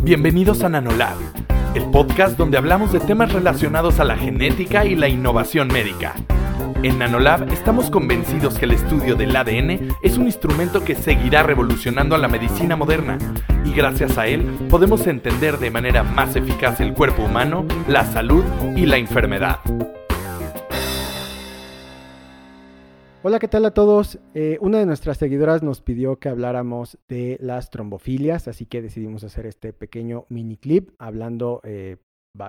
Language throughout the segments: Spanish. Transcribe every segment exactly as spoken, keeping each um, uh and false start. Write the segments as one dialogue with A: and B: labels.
A: Bienvenidos a Nanolab, el podcast donde hablamos de temas relacionados a la genética y la innovación médica. En Nanolab estamos convencidos que el estudio del A D N es un instrumento que seguirá revolucionando a la medicina moderna y gracias a él podemos entender de manera más eficaz el cuerpo humano, la salud y la enfermedad.
B: Hola, ¿qué tal a todos? Eh, una de nuestras seguidoras nos pidió que habláramos de las trombofilias, así que decidimos hacer este pequeño mini clip hablando eh,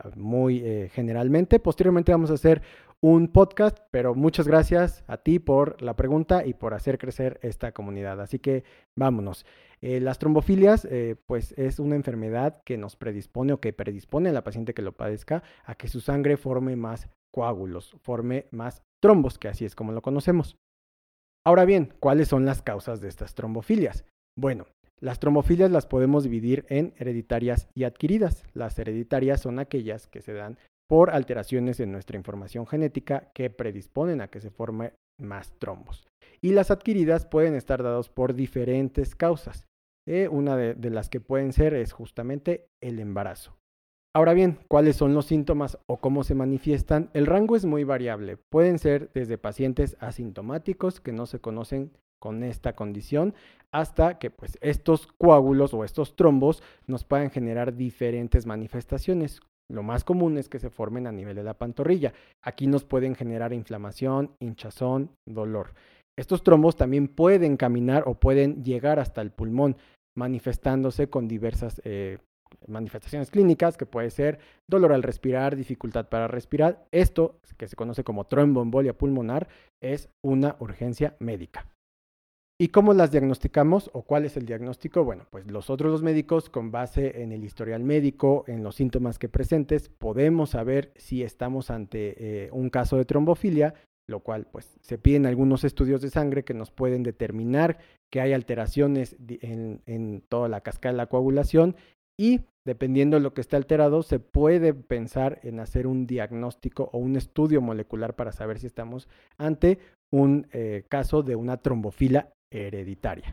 B: muy eh, generalmente. Posteriormente vamos a hacer un podcast, pero muchas gracias a ti por la pregunta y por hacer crecer esta comunidad. Así que vámonos. Eh, las trombofilias, eh, pues es una enfermedad que nos predispone o que predispone a la paciente que lo padezca a que su sangre forme más coágulos, forme más trombos, que así es como lo conocemos. Ahora bien, ¿cuáles son las causas de estas trombofilias? Bueno, las trombofilias las podemos dividir en hereditarias y adquiridas. Las hereditarias son aquellas que se dan por alteraciones en nuestra información genética que predisponen a que se forme más trombos. Y las adquiridas pueden estar dadas por diferentes causas. Eh, una de, de las que pueden ser es justamente el embarazo. Ahora bien, ¿cuáles son los síntomas o cómo se manifiestan? El rango es muy variable. Pueden ser desde pacientes asintomáticos que no se conocen con esta condición hasta que pues, estos coágulos o estos trombos nos puedan generar diferentes manifestaciones. Lo más común es que se formen a nivel de la pantorrilla. Aquí nos pueden generar inflamación, hinchazón, dolor. Estos trombos también pueden caminar o pueden llegar hasta el pulmón, manifestándose con diversas eh, manifestaciones clínicas, que puede ser dolor al respirar, dificultad para respirar. Esto, que se conoce como tromboembolia pulmonar, es una urgencia médica. ¿Y cómo las diagnosticamos o cuál es el diagnóstico? Bueno, pues nosotros los médicos, con base en el historial médico, en los síntomas que presentes, podemos saber si estamos ante eh, un caso de trombofilia, lo cual pues se piden algunos estudios de sangre que nos pueden determinar que hay alteraciones en, en toda la cascada de la coagulación. Y dependiendo de lo que esté alterado, se puede pensar en hacer un diagnóstico o un estudio molecular para saber si estamos ante un eh, caso de una trombofila hereditaria.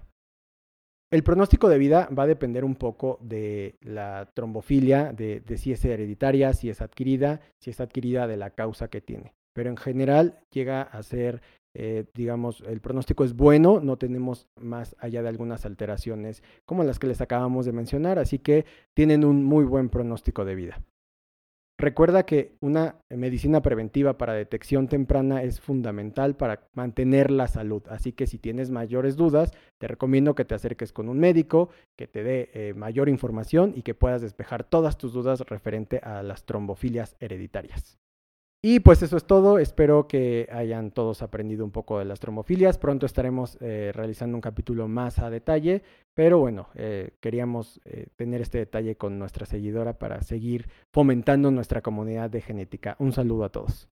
B: El pronóstico de vida va a depender un poco de la trombofilia, de, de si es hereditaria, si es adquirida, si es adquirida de la causa que tiene. Pero en general llega a ser, eh, digamos, el pronóstico es bueno, no tenemos más allá de algunas alteraciones como las que les acabamos de mencionar, así que tienen un muy buen pronóstico de vida. Recuerda que una medicina preventiva para detección temprana es fundamental para mantener la salud, así que si tienes mayores dudas, te recomiendo que te acerques con un médico, que te dé eh, mayor información y que puedas despejar todas tus dudas referente a las trombofilias hereditarias. Y pues eso es todo, espero que hayan todos aprendido un poco de las trombofilias. Pronto estaremos eh, realizando un capítulo más a detalle, pero bueno, eh, queríamos eh, tener este detalle con nuestra seguidora para seguir fomentando nuestra comunidad de genética. Un saludo a todos.